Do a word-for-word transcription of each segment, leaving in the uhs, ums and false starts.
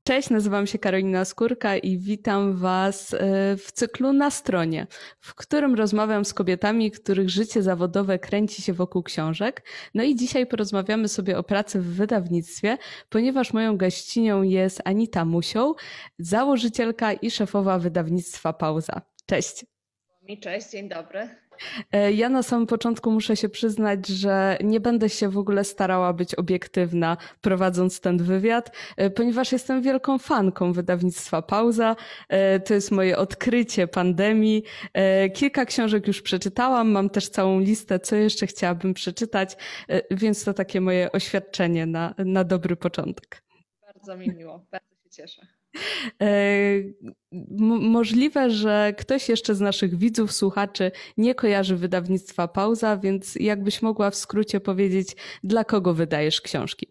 Cześć, nazywam się Karolina Skórka i witam Was w cyklu Na Stronie, w którym rozmawiam z kobietami, których życie zawodowe kręci się wokół książek. No i dzisiaj porozmawiamy sobie o pracy w wydawnictwie, ponieważ moją gościnią jest Anita Musioł, założycielka i szefowa wydawnictwa Pauza. Cześć. Cześć, dzień dobry. Ja na samym początku muszę się przyznać, że nie będę się w ogóle starała być obiektywna prowadząc ten wywiad, ponieważ jestem wielką fanką wydawnictwa Pauza. To jest moje odkrycie pandemii. Kilka książek już przeczytałam, mam też całą listę, co jeszcze chciałabym przeczytać, więc to takie moje oświadczenie na, na dobry początek. Bardzo mi miło, bardzo się cieszę. Możliwe, że ktoś jeszcze z naszych widzów, słuchaczy nie kojarzy wydawnictwa Pauza, więc jakbyś mogła w skrócie powiedzieć, dla kogo wydajesz książki?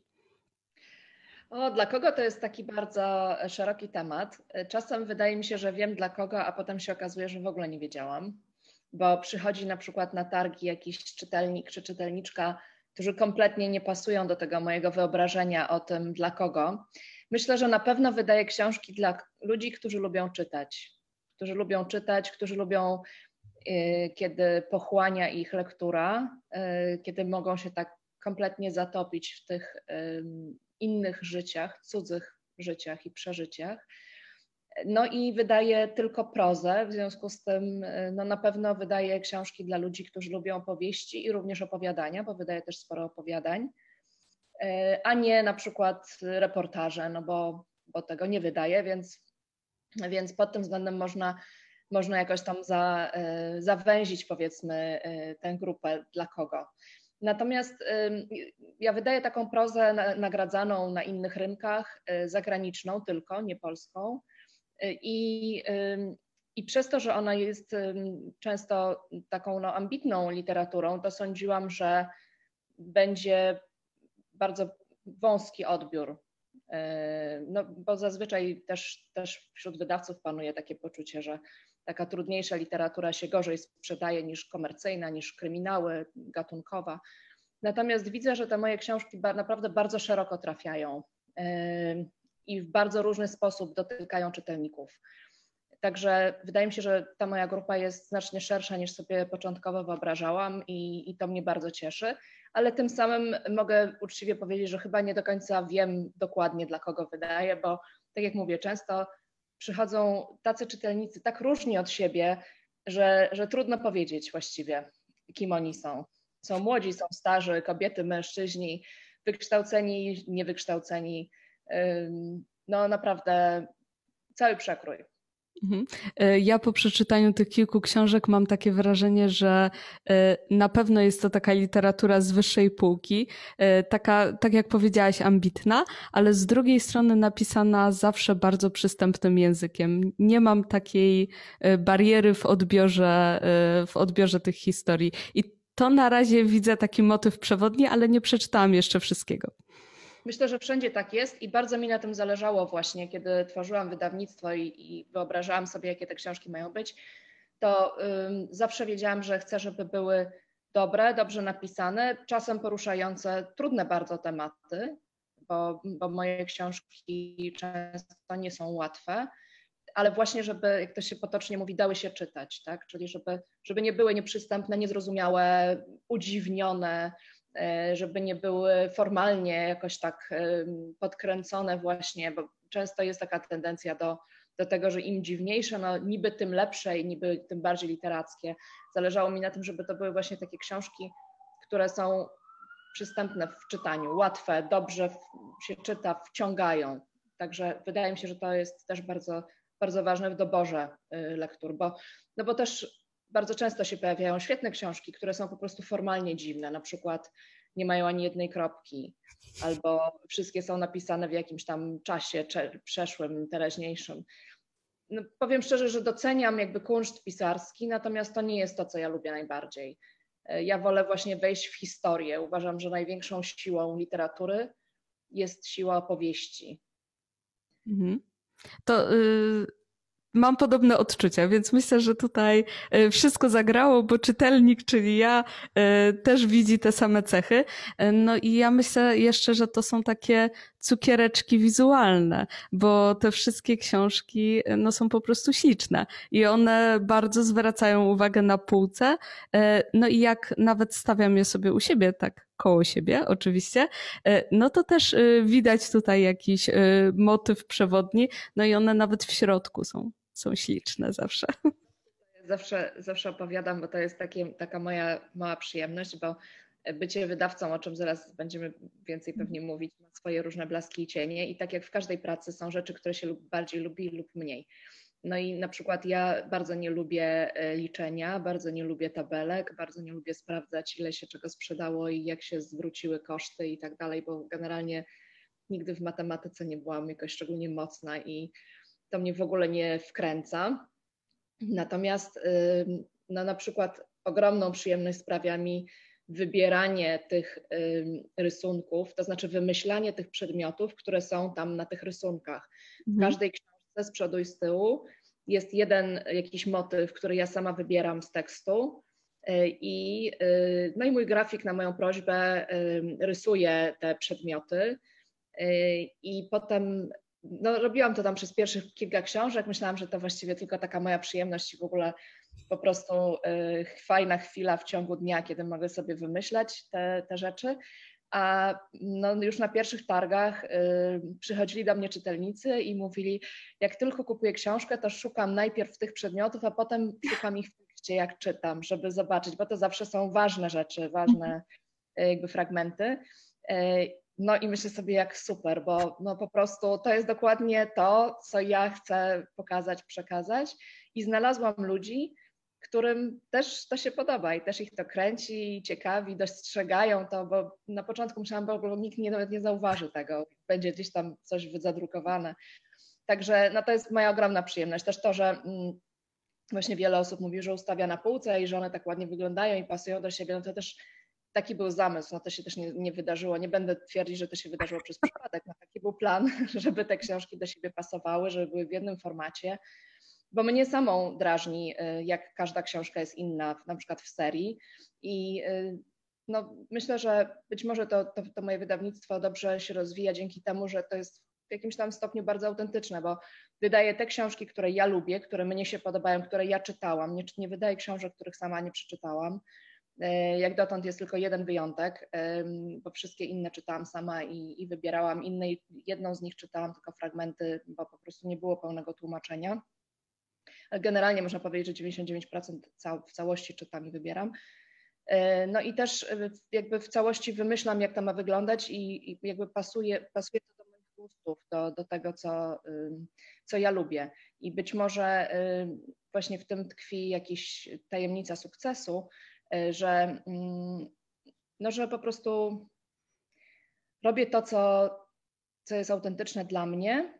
O, dla kogo to jest taki bardzo szeroki temat. Czasem wydaje mi się, że wiem dla kogo, a potem się okazuje, że w ogóle nie wiedziałam, bo przychodzi na przykład na targi jakiś czytelnik czy czytelniczka, którzy kompletnie nie pasują do tego mojego wyobrażenia o tym dla kogo. Myślę, że na pewno wydaję książki dla ludzi, którzy lubią czytać, którzy lubią czytać, którzy lubią, kiedy pochłania ich lektura, kiedy mogą się tak kompletnie zatopić w tych innych życiach, cudzych życiach i przeżyciach. No i wydaję tylko prozę, w związku z tym no na pewno wydaję książki dla ludzi, którzy lubią opowieści i również opowiadania, bo wydaję też sporo opowiadań, a nie na przykład reportaże, no bo, bo tego nie wydaję, więc, więc pod tym względem można, można jakoś tam za, zawęzić, powiedzmy, tę grupę dla kogo. Natomiast ja wydaję taką prozę nagradzaną na innych rynkach, zagraniczną tylko, nie polską. I, I przez to, że ona jest często taką no, ambitną literaturą, to sądziłam, że będzie bardzo wąski odbiór. No, bo zazwyczaj też, też wśród wydawców panuje takie poczucie, że taka trudniejsza literatura się gorzej sprzedaje niż komercyjna, niż kryminały, gatunkowa. Natomiast widzę, że te moje książki naprawdę bardzo szeroko trafiają i w bardzo różny sposób dotykają czytelników. Także wydaje mi się, że ta moja grupa jest znacznie szersza niż sobie początkowo wyobrażałam i, i to mnie bardzo cieszy, ale tym samym mogę uczciwie powiedzieć, że chyba nie do końca wiem dokładnie dla kogo wydaję, bo tak jak mówię, często przychodzą tacy czytelnicy tak różni od siebie, że, że trudno powiedzieć właściwie, kim oni są. Są młodzi, są starzy, kobiety, mężczyźni, wykształceni, niewykształceni. No naprawdę cały przekrój. Ja po przeczytaniu tych kilku książek mam takie wrażenie, że na pewno jest to taka literatura z wyższej półki, taka, tak jak powiedziałaś, ambitna, ale z drugiej strony napisana zawsze bardzo przystępnym językiem. Nie mam takiej bariery w odbiorze, w odbiorze tych historii. I to na razie widzę taki motyw przewodni, ale nie przeczytałam jeszcze wszystkiego. Myślę, że wszędzie tak jest i bardzo mi na tym zależało właśnie, kiedy tworzyłam wydawnictwo i, i wyobrażałam sobie, jakie te książki mają być, to ym, zawsze wiedziałam, że chcę, żeby były dobre, dobrze napisane, czasem poruszające trudne bardzo tematy, bo, bo moje książki często nie są łatwe, ale właśnie, żeby, jak to się potocznie mówi, dały się czytać, tak? Czyli żeby, żeby nie były nieprzystępne, niezrozumiałe, udziwnione, żeby nie były formalnie jakoś tak podkręcone właśnie, bo często jest taka tendencja do, do tego, że im dziwniejsze, no niby tym lepsze i niby tym bardziej literackie. Zależało mi na tym, żeby to były właśnie takie książki, które są przystępne w czytaniu, łatwe, dobrze się czyta, wciągają. Także wydaje mi się, że to jest też bardzo, bardzo ważne w doborze lektur, bo, no bo też bardzo często się pojawiają świetne książki, które są po prostu formalnie dziwne, na przykład nie mają ani jednej kropki, albo wszystkie są napisane w jakimś tam czasie przeszłym, teraźniejszym. No, powiem szczerze, że doceniam jakby kunszt pisarski, natomiast to nie jest to, co ja lubię najbardziej. Ja wolę właśnie wejść w historię. Uważam, że największą siłą literatury jest siła opowieści. Mhm. To... Y- mam podobne odczucia, więc myślę, że tutaj wszystko zagrało, bo czytelnik, czyli ja, też widzi te same cechy. No i ja myślę jeszcze, że to są takie cukiereczki wizualne, bo te wszystkie książki no, są po prostu śliczne i one bardzo zwracają uwagę na półce. No i jak nawet stawiam je sobie u siebie, tak koło siebie oczywiście, no to też widać tutaj jakiś motyw przewodni, no i one nawet w środku są, są śliczne zawsze. Zawsze, zawsze opowiadam, bo to jest takie, taka moja mała przyjemność, bo bycie wydawcą, o czym zaraz będziemy więcej pewnie mówić, ma swoje różne blaski i cienie i tak jak w każdej pracy są rzeczy, które się bardziej lubi lub mniej. No i na przykład ja bardzo nie lubię liczenia, bardzo nie lubię tabelek, bardzo nie lubię sprawdzać, ile się czego sprzedało i jak się zwróciły koszty i tak dalej, bo generalnie nigdy w matematyce nie byłam jakoś szczególnie mocna i to mnie w ogóle nie wkręca. Natomiast no, na przykład ogromną przyjemność sprawia mi wybieranie tych rysunków, to znaczy wymyślanie tych przedmiotów, które są tam na tych rysunkach. W każdej książce z przodu i z tyłu jest jeden jakiś motyw, który ja sama wybieram z tekstu i, no i mój grafik na moją prośbę rysuje te przedmioty i potem no, robiłam to tam przez pierwszych kilka książek, myślałam, że to właściwie tylko taka moja przyjemność i w ogóle po prostu y, fajna chwila w ciągu dnia, kiedy mogę sobie wymyślać te, te rzeczy, a no, już na pierwszych targach y, przychodzili do mnie czytelnicy i mówili, jak tylko kupuję książkę, to szukam najpierw tych przedmiotów, a potem szukam ich w tekście, jak czytam, żeby zobaczyć, bo to zawsze są ważne rzeczy, ważne y, jakby fragmenty. Y, No i myślę sobie, jak super, bo no po prostu to jest dokładnie to, co ja chcę pokazać, przekazać i znalazłam ludzi, którym też to się podoba i też ich to kręci, ciekawi, dostrzegają to, bo na początku myślałam, bo nikt nie, nawet nie zauważy tego, będzie gdzieś tam coś zadrukowane. Także no to jest moja ogromna przyjemność. Też to, że mm, właśnie wiele osób mówi, że ustawia na półce i że one tak ładnie wyglądają i pasują do siebie, no to też taki był zamysł, no to się też nie, nie wydarzyło. Nie będę twierdzić, że to się wydarzyło przez przypadek. No taki był plan, żeby te książki do siebie pasowały, żeby były w jednym formacie, bo mnie samą drażni, jak każda książka jest inna, na przykład w serii i no, myślę, że być może to, to, to moje wydawnictwo dobrze się rozwija dzięki temu, że to jest w jakimś tam stopniu bardzo autentyczne, bo wydaję te książki, które ja lubię, które mnie się podobają, które ja czytałam, nie, nie wydaję książek, których sama nie przeczytałam. Jak dotąd jest tylko jeden wyjątek, bo wszystkie inne czytałam sama i, i wybierałam inne. Jedną z nich czytałam tylko fragmenty, bo po prostu nie było pełnego tłumaczenia. Ale generalnie można powiedzieć, że dziewięćdziesiąt dziewięć procent w całości czytam i wybieram. No i też jakby w całości wymyślam, jak to ma wyglądać i, i jakby pasuje, pasuje to do moich gustów, do, do tego, co, co ja lubię. I być może właśnie w tym tkwi jakaś tajemnica sukcesu, że, no, że po prostu robię to, co, co jest autentyczne dla mnie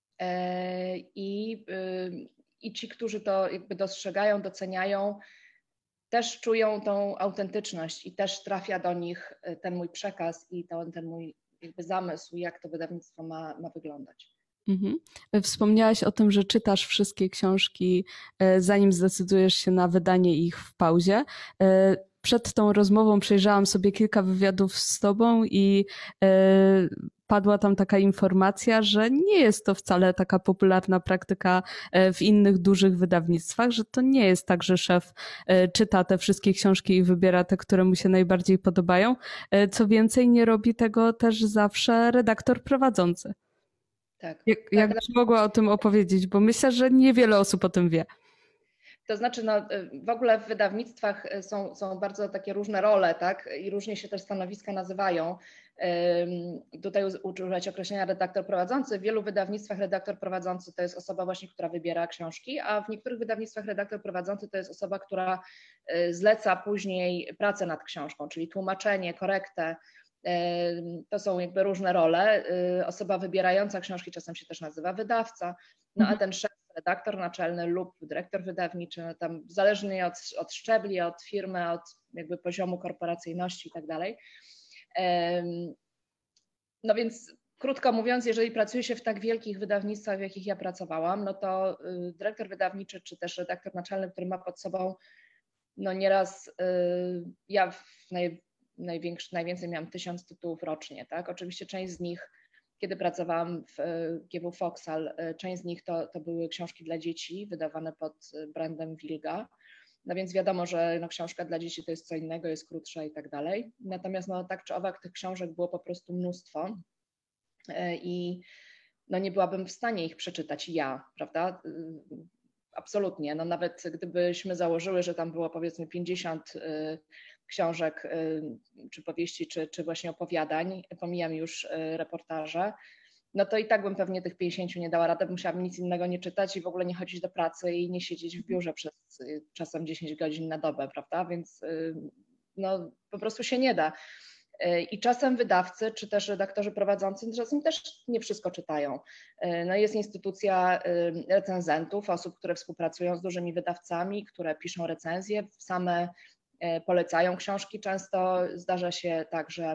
i, i ci, którzy to jakby dostrzegają, doceniają, też czują tą autentyczność i też trafia do nich ten mój przekaz i to, ten mój jakby zamysł, jak to wydawnictwo ma, ma wyglądać. Mhm. Wspomniałaś o tym, że czytasz wszystkie książki, zanim zdecydujesz się na wydanie ich w pauzie. Przed tą rozmową przejrzałam sobie kilka wywiadów z tobą i padła tam taka informacja, że nie jest to wcale taka popularna praktyka w innych dużych wydawnictwach, że to nie jest tak, że szef czyta te wszystkie książki i wybiera te, które mu się najbardziej podobają. Co więcej, nie robi tego też zawsze redaktor prowadzący. Tak. Jak, tak, jakbyś mogła o tym opowiedzieć, bo myślę, że niewiele osób o tym wie. To znaczy, no, w ogóle w wydawnictwach są, są bardzo takie różne role, tak? I różnie się też stanowiska nazywają. Tutaj używać określenia redaktor prowadzący. W wielu wydawnictwach redaktor prowadzący to jest osoba właśnie, która wybiera książki, a w niektórych wydawnictwach redaktor prowadzący to jest osoba, która zleca później pracę nad książką, czyli tłumaczenie, korektę. To są jakby różne role. Osoba wybierająca książki czasem się też nazywa wydawca, no a ten szef, redaktor naczelny lub dyrektor wydawniczy, no tam zależnie od, od szczebli, od firmy, od jakby poziomu korporacyjności i tak dalej. No więc krótko mówiąc, jeżeli pracuje się w tak wielkich wydawnictwach, w jakich ja pracowałam, no to dyrektor wydawniczy czy też redaktor naczelny, który ma pod sobą, no nieraz ja w naj, największy, najwięcej miałam tysiąc tytułów rocznie, tak? Oczywiście część z nich, kiedy pracowałam w G W Foxal, część z nich to, to były książki dla dzieci wydawane pod brandem Wilga. No więc wiadomo, że no, książka dla dzieci to jest co innego, jest krótsza i tak dalej. Natomiast no, tak czy owak tych książek było po prostu mnóstwo i no, nie byłabym w stanie ich przeczytać ja, prawda? Absolutnie. No, nawet gdybyśmy założyły, że tam było powiedzmy pięćdziesiąt książek, czy powieści, czy, czy właśnie opowiadań, pomijam już reportaże, no to i tak bym pewnie tych pięćdziesięciu nie dała rady, musiałabym nic innego nie czytać i w ogóle nie chodzić do pracy i nie siedzieć w biurze przez czasem dziesięć godzin na dobę, prawda? Więc no po prostu się nie da. I czasem wydawcy, czy też redaktorzy prowadzący, czasem też nie wszystko czytają. No jest instytucja recenzentów, osób, które współpracują z dużymi wydawcami, które piszą recenzje, same polecają książki. Często zdarza się tak, że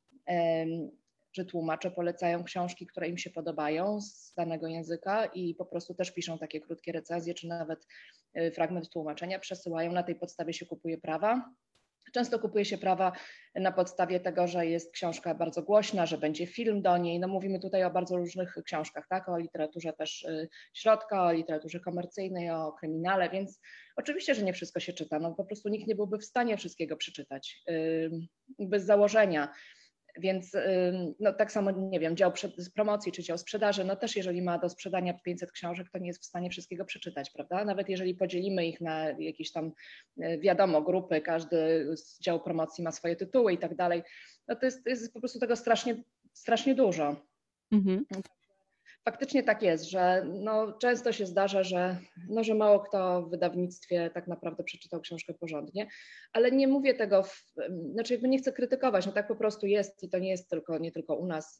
że tłumacze polecają książki, które im się podobają z danego języka i po prostu też piszą takie krótkie recenzje, czy nawet fragment tłumaczenia przesyłają. Na tej podstawie się kupuje prawa. Często kupuje się prawa na podstawie tego, że jest książka bardzo głośna, że będzie film do niej. No mówimy tutaj o bardzo różnych książkach, tak? O literaturze też środka, o literaturze komercyjnej, o kryminale, więc oczywiście, że nie wszystko się czyta. No po prostu nikt nie byłby w stanie wszystkiego przeczytać bez założenia. Więc no, tak samo, nie wiem, dział promocji czy dział sprzedaży, no też jeżeli ma do sprzedania pięćset książek, to nie jest w stanie wszystkiego przeczytać, prawda? Nawet jeżeli podzielimy ich na jakieś tam, wiadomo, grupy, każdy z działu promocji ma swoje tytuły i tak dalej, no to jest, to jest po prostu tego strasznie, strasznie dużo. Mhm. Faktycznie tak jest, że no, często się zdarza, że, no, że mało kto w wydawnictwie tak naprawdę przeczytał książkę porządnie, ale nie mówię tego, w, znaczy jakby nie chcę krytykować, no tak po prostu jest i to nie jest tylko, nie tylko u nas.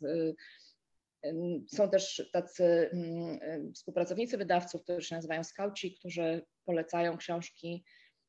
Są też tacy współpracownicy wydawców, którzy się nazywają skauci, którzy polecają książki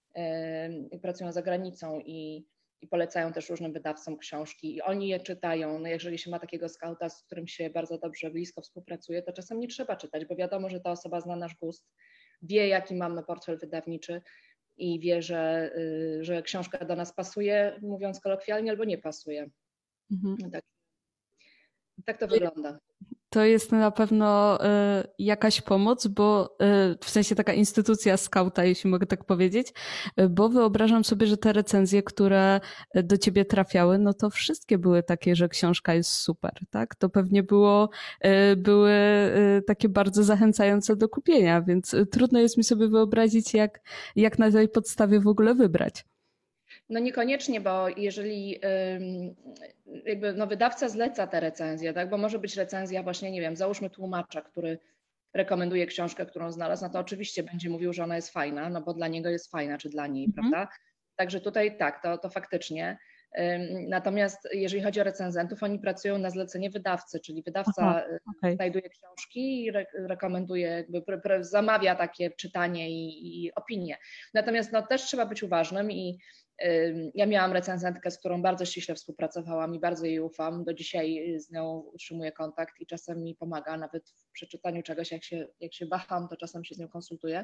i pracują za granicą i i polecają też różnym wydawcom książki i oni je czytają. No jeżeli się ma takiego skauta, z którym się bardzo dobrze, blisko współpracuje, to czasem nie trzeba czytać, bo wiadomo, że ta osoba zna nasz gust, wie jaki mamy portfel wydawniczy i wie, że, że książka do nas pasuje, mówiąc kolokwialnie, albo nie pasuje. Mhm. Tak, tak to wygląda. To jest na pewno y, jakaś pomoc, bo y, w sensie taka instytucja skauta, jeśli mogę tak powiedzieć, y, bo wyobrażam sobie, że te recenzje, które do ciebie trafiały, no to wszystkie były takie, że książka jest super, tak? To pewnie było, y, były y, takie bardzo zachęcające do kupienia, więc trudno jest mi sobie wyobrazić, jak, jak na tej podstawie w ogóle wybrać. No niekoniecznie, bo jeżeli jakby no wydawca zleca te recenzje, tak, bo może być recenzja właśnie, nie wiem, załóżmy tłumacza, który rekomenduje książkę, którą znalazł, no to oczywiście będzie mówił, że ona jest fajna, no bo dla niego jest fajna, czy dla niej, mhm. prawda? Także tutaj tak, to, to faktycznie. Natomiast jeżeli chodzi o recenzentów, oni pracują na zlecenie wydawcy, czyli wydawca Aha, okay. znajduje książki i re rekomenduje, jakby zamawia takie czytanie i, i opinie. Natomiast no, też trzeba być uważnym i ja miałam recenzentkę, z którą bardzo ściśle współpracowałam i bardzo jej ufam. Do dzisiaj z nią utrzymuję kontakt i czasem mi pomaga, nawet w przeczytaniu czegoś, jak się, jak się waham, to czasem się z nią konsultuję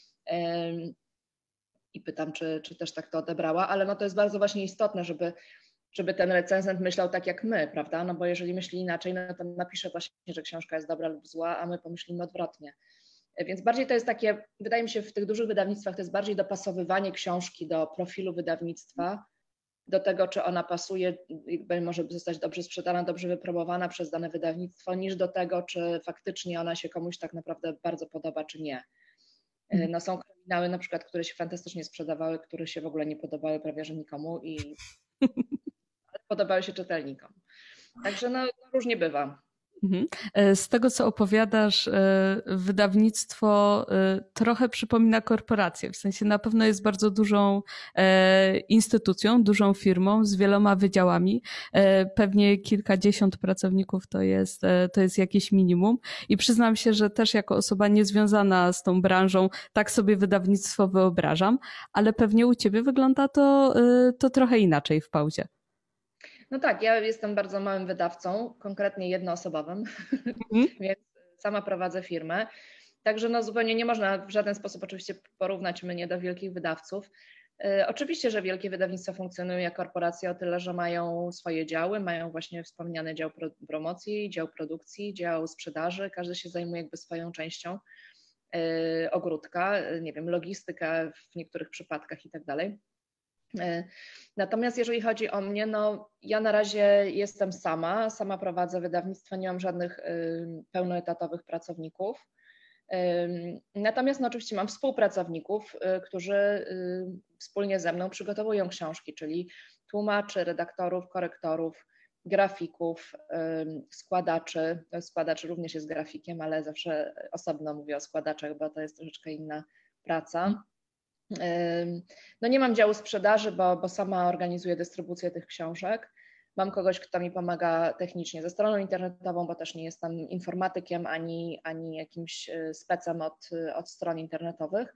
i pytam, czy, czy też tak to odebrała, ale no to jest bardzo właśnie istotne, żeby, żeby ten recenzent myślał tak jak my, prawda? No bo jeżeli myśli inaczej, no to napisze właśnie, że książka jest dobra lub zła, a my pomyślimy odwrotnie. Więc bardziej to jest takie, wydaje mi się, w tych dużych wydawnictwach to jest bardziej dopasowywanie książki do profilu wydawnictwa, do tego, czy ona pasuje, jakby może zostać dobrze sprzedana, dobrze wypromowana przez dane wydawnictwo, niż do tego, czy faktycznie ona się komuś tak naprawdę bardzo podoba, czy nie. No są kryminały na przykład, które się fantastycznie sprzedawały, które się w ogóle nie podobały prawie że nikomu i ale podobały się czytelnikom. Także no, no różnie bywa. Z tego, co opowiadasz, wydawnictwo trochę przypomina korporację. W sensie na pewno jest bardzo dużą instytucją, dużą firmą z wieloma wydziałami. Pewnie kilkadziesiąt pracowników to jest, to jest jakieś minimum. I przyznam się, że też jako osoba niezwiązana z tą branżą tak sobie wydawnictwo wyobrażam, ale pewnie u ciebie wygląda to, to trochę inaczej w pauzie. No tak, ja jestem bardzo małym wydawcą, konkretnie jednoosobowym, mhm. Więc sama prowadzę firmę. Także no zupełnie nie można w żaden sposób oczywiście porównać mnie do wielkich wydawców. Oczywiście, że wielkie wydawnictwa funkcjonują jak korporacje o tyle, że mają swoje działy, mają właśnie wspomniany dział promocji, dział produkcji, dział sprzedaży, każdy się zajmuje jakby swoją częścią ogródka, nie wiem, logistyka w niektórych przypadkach i tak dalej. Natomiast jeżeli chodzi o mnie, no ja na razie jestem sama, sama prowadzę wydawnictwo, nie mam żadnych pełnoetatowych pracowników. Natomiast no, oczywiście mam współpracowników, którzy wspólnie ze mną przygotowują książki, czyli tłumaczy, redaktorów, korektorów, grafików, składaczy. Składacz również jest grafikiem, ale zawsze osobno mówię o składaczach, bo to jest troszeczkę inna praca. No nie mam działu sprzedaży, bo, bo sama organizuję dystrybucję tych książek. Mam kogoś, kto mi pomaga technicznie ze stroną internetową, bo też nie jestem informatykiem ani, ani jakimś specem od, od stron internetowych.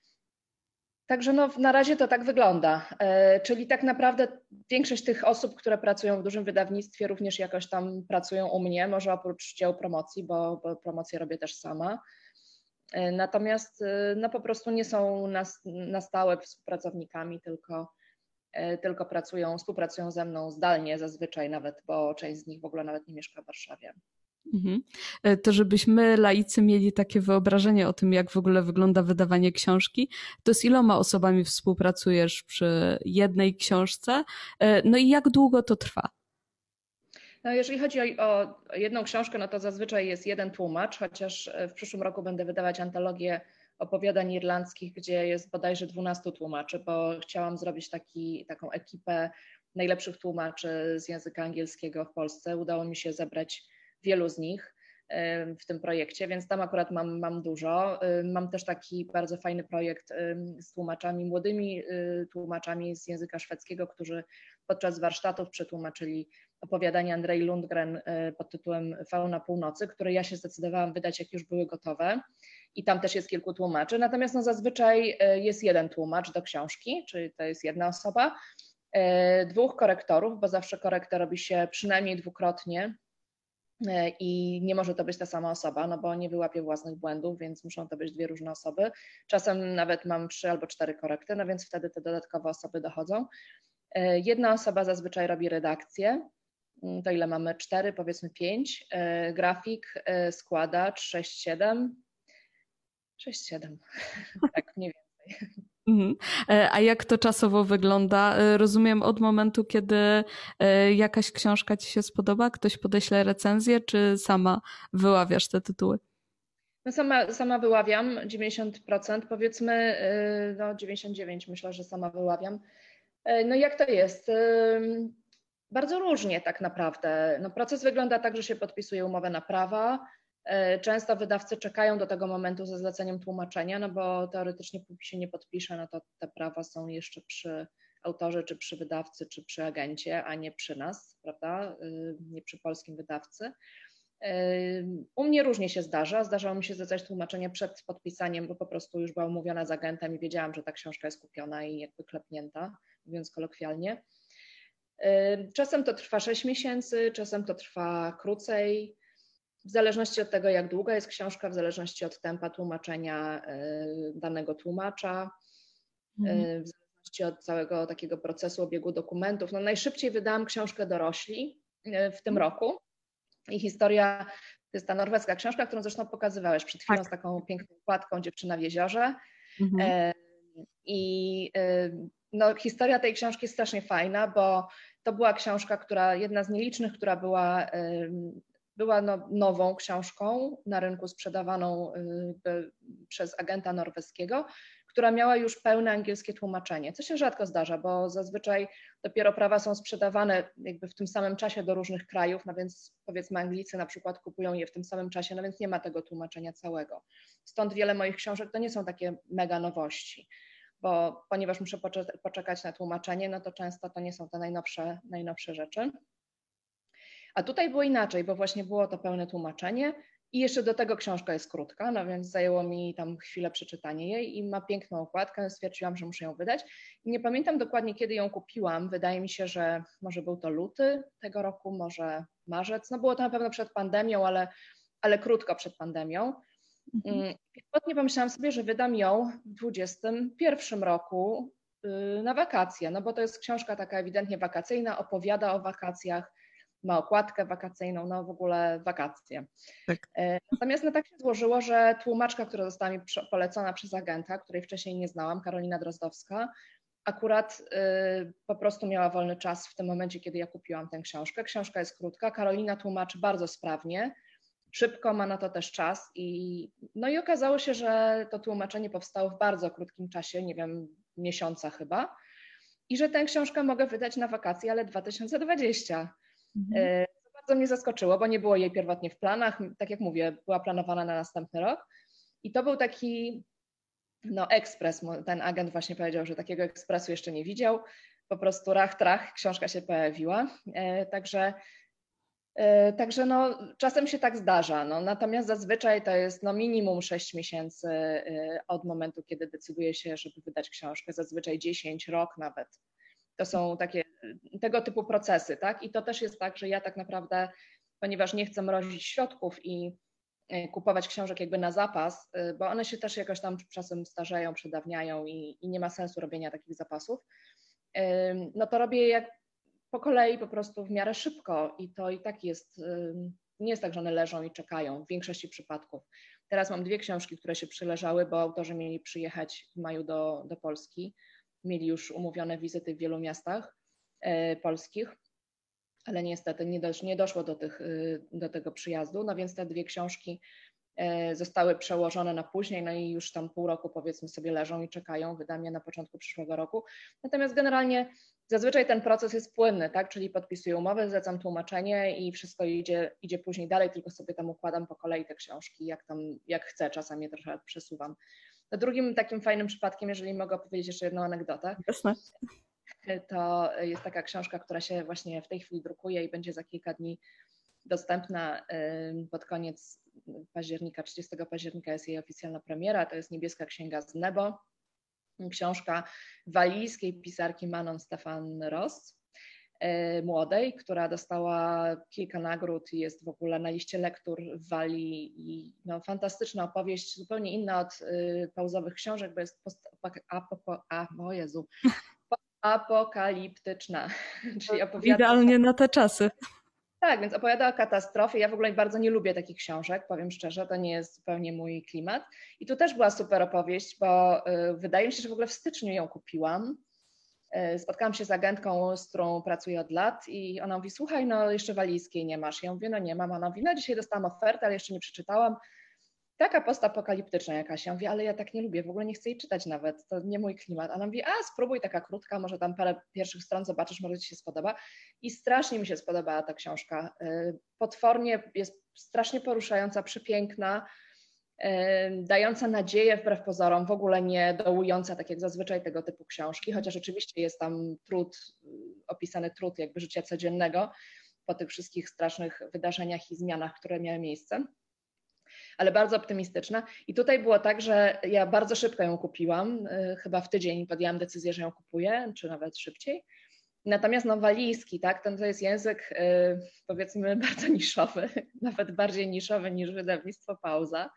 Także no, na razie to tak wygląda. Czyli tak naprawdę większość tych osób, które pracują w dużym wydawnictwie, również jakoś tam pracują u mnie, może oprócz działu promocji, bo, bo promocję robię też sama. Natomiast no, po prostu nie są na, na stałe współpracownikami, tylko tylko pracują, współpracują ze mną zdalnie zazwyczaj nawet, bo część z nich w ogóle nawet nie mieszka w Warszawie. Mhm. To żebyśmy laicy mieli takie wyobrażenie o tym, jak w ogóle wygląda wydawanie książki, to z iloma osobami współpracujesz przy jednej książce? No i jak długo to trwa? No jeżeli chodzi o, o jedną książkę, no to zazwyczaj jest jeden tłumacz, chociaż w przyszłym roku będę wydawać antologię opowiadań irlandzkich, gdzie jest bodajże dwunastu tłumaczy, bo chciałam zrobić taki, taką ekipę najlepszych tłumaczy z języka angielskiego w Polsce. Udało mi się zebrać wielu z nich w tym projekcie, więc tam akurat mam, mam dużo. Mam też taki bardzo fajny projekt z tłumaczami, młodymi tłumaczami z języka szwedzkiego, którzy podczas warsztatów przetłumaczyli opowiadanie Andrei Lundgren pod tytułem Fauna Północy, które ja się zdecydowałam wydać, jak już były gotowe. I tam też jest kilku tłumaczy. Natomiast no zazwyczaj jest jeden tłumacz do książki, czyli to jest jedna osoba, dwóch korektorów, bo zawsze korektę robi się przynajmniej dwukrotnie i nie może to być ta sama osoba, no bo nie wyłapie własnych błędów, więc muszą to być dwie różne osoby. Czasem nawet mam trzy albo cztery korekty, no więc wtedy te dodatkowe osoby dochodzą. Jedna osoba zazwyczaj robi redakcję, to ile mamy? Cztery, powiedzmy pięć. Grafik, składacz, sześć, siedem. Sześć, siedem, tak mniej więcej. A jak to czasowo wygląda? Rozumiem od momentu, kiedy jakaś książka ci się spodoba, ktoś podeśle recenzję, czy sama wyławiasz te tytuły? No sama, sama wyławiam dziewięćdziesiąt procent, powiedzmy, no dziewięćdziesiąt dziewięć procent myślę, że sama wyławiam. No jak to jest? Bardzo różnie tak naprawdę. No proces wygląda tak, że się podpisuje umowę na prawa. Często wydawcy czekają do tego momentu ze zleceniem tłumaczenia, no bo teoretycznie póki się nie podpisze, no to te prawa są jeszcze przy autorze, czy przy wydawcy, czy przy agencie, a nie przy nas, prawda? Nie przy polskim wydawcy. U mnie różnie się zdarza. Zdarzało mi się zlecać tłumaczenie przed podpisaniem, bo po prostu już była umówiona z agentem i wiedziałam, że ta książka jest kupiona i jakby klepnięta, mówiąc kolokwialnie. Czasem to trwa sześć miesięcy, czasem to trwa krócej. W zależności od tego, jak długa jest książka, w zależności od tempa tłumaczenia danego tłumacza, mhm. w zależności od całego takiego procesu obiegu dokumentów. No najszybciej wydałam książkę Dorośli w tym roku i historia, to jest ta norweska książka, którą zresztą pokazywałeś przed chwilą, tak. Z taką piękną okładką Dziewczyna w jeziorze. Mhm. I no, historia tej książki jest strasznie fajna, bo to była książka, która, jedna z nielicznych, która była Była no, nową książką na rynku sprzedawaną y, przez agenta norweskiego, która miała już pełne angielskie tłumaczenie, co się rzadko zdarza, bo zazwyczaj dopiero prawa są sprzedawane jakby w tym samym czasie do różnych krajów, no więc powiedzmy Anglicy na przykład kupują je w tym samym czasie, no więc nie ma tego tłumaczenia całego. Stąd wiele moich książek to nie są takie mega nowości, bo ponieważ muszę poczekać na tłumaczenie, no to często to nie są te najnowsze, najnowsze rzeczy. A tutaj było inaczej, bo właśnie było to pełne tłumaczenie I jeszcze do tego książka jest krótka, no więc zajęło mi tam chwilę przeczytanie jej i ma piękną okładkę, stwierdziłam, że muszę ją wydać. I nie pamiętam dokładnie, kiedy ją kupiłam. Wydaje mi się, że może był to luty tego roku, może marzec. No było to na pewno przed pandemią, ale, ale krótko przed pandemią. Mhm. Pierwotnie pomyślałam sobie, że wydam ją w dwudziestym pierwszym roku na wakacje, no bo to jest książka taka ewidentnie wakacyjna, opowiada o wakacjach, ma okładkę wakacyjną, no w ogóle wakacje. Tak. Natomiast no tak się złożyło, że tłumaczka, która została mi polecona przez agenta, której wcześniej nie znałam, Karolina Drozdowska, akurat y, po prostu miała wolny czas w tym momencie, kiedy ja kupiłam tę książkę. Książka jest krótka, Karolina tłumaczy bardzo sprawnie, szybko, ma na to też czas i no i okazało się, że to tłumaczenie powstało w bardzo krótkim czasie, nie wiem, miesiąca chyba, i że tę książkę mogę wydać na wakacje, ale dwa tysiące dwudziesty. Mhm. To bardzo mnie zaskoczyło, bo nie było jej pierwotnie w planach. Tak jak mówię, była planowana na następny rok. I to był taki no, ekspres. Ten agent właśnie powiedział, że takiego ekspresu jeszcze nie widział. Po prostu rach, trach, książka się pojawiła. Także, także no, czasem się tak zdarza. No, natomiast zazwyczaj to jest no, minimum sześć miesięcy od momentu, kiedy decyduje się, żeby wydać książkę. Zazwyczaj dziesięć, rok nawet. To są takie tego typu procesy, tak? I to też jest tak, że ja tak naprawdę, ponieważ nie chcę mrozić środków i kupować książek jakby na zapas, bo one się też jakoś tam czasem starzeją, przedawniają i, i nie ma sensu robienia takich zapasów, no to robię je jak po kolei po prostu w miarę szybko i to i tak jest, nie jest tak, że one leżą i czekają w większości przypadków. Teraz mam dwie książki, które się przyleżały, bo autorzy mieli przyjechać w maju do, do Polski. Mieli już umówione wizyty w wielu miastach e, polskich, ale niestety nie, dosz, nie doszło do, tych, y, do tego przyjazdu, no więc te dwie książki e, zostały przełożone na później, no i już tam pół roku powiedzmy sobie leżą i czekają, wydam je na początku przyszłego roku. Natomiast generalnie zazwyczaj ten proces jest płynny, tak, czyli podpisuję umowę, zlecam tłumaczenie i wszystko idzie, idzie później dalej, tylko sobie tam układam po kolei te książki, jak tam, jak chcę, czasami je trochę przesuwam. No drugim takim fajnym przypadkiem, jeżeli mogę opowiedzieć jeszcze jedną anegdotę, Jasne. To jest taka książka, która się właśnie w tej chwili drukuje i będzie za kilka dni dostępna. Pod koniec października, trzydziestego października jest jej oficjalna premiera. To jest Niebieska Księga z Nebo. Książka walijskiej pisarki Manon Stefan Ross, młodej, która dostała kilka nagród i jest w ogóle na liście lektur w Walii i no, fantastyczna opowieść, zupełnie inna od y, pauzowych książek, bo jest post, a, a, o Jezu, apokaliptyczna. Czyli opowiada idealnie na te czasy. Tak, więc opowiada o katastrofie. Ja w ogóle bardzo nie lubię takich książek, powiem szczerze, to nie jest zupełnie mój klimat. I tu też była super opowieść, bo y, wydaje mi się, że w ogóle w styczniu ją kupiłam. Spotkałam się z agentką, z którą pracuję od lat i ona mówi, słuchaj, no jeszcze walijskiej nie masz. Ja mówię, no nie mam. Ona mówi, no dzisiaj dostałam ofertę, ale jeszcze nie przeczytałam. Taka postapokaliptyczna jakaś. Ja mówię, ale ja tak nie lubię, w ogóle nie chcę jej czytać nawet, to nie mój klimat. A ona mówi, a spróbuj, taka krótka, może tam parę pierwszych stron zobaczysz, może ci się spodoba. I strasznie mi się spodobała ta książka. Potwornie jest strasznie poruszająca, przepiękna, dająca nadzieję wbrew pozorom, w ogóle nie dołująca, tak jak zazwyczaj tego typu książki, chociaż oczywiście jest tam trud, opisany trud jakby życia codziennego po tych wszystkich strasznych wydarzeniach i zmianach, które miały miejsce, ale bardzo optymistyczna. I tutaj było tak, że ja bardzo szybko ją kupiłam, chyba w tydzień podjęłam decyzję, że ją kupuję, czy nawet szybciej. Natomiast no walijski, tak, ten to jest język powiedzmy bardzo niszowy, nawet bardziej niszowy niż wydawnictwo Pauza.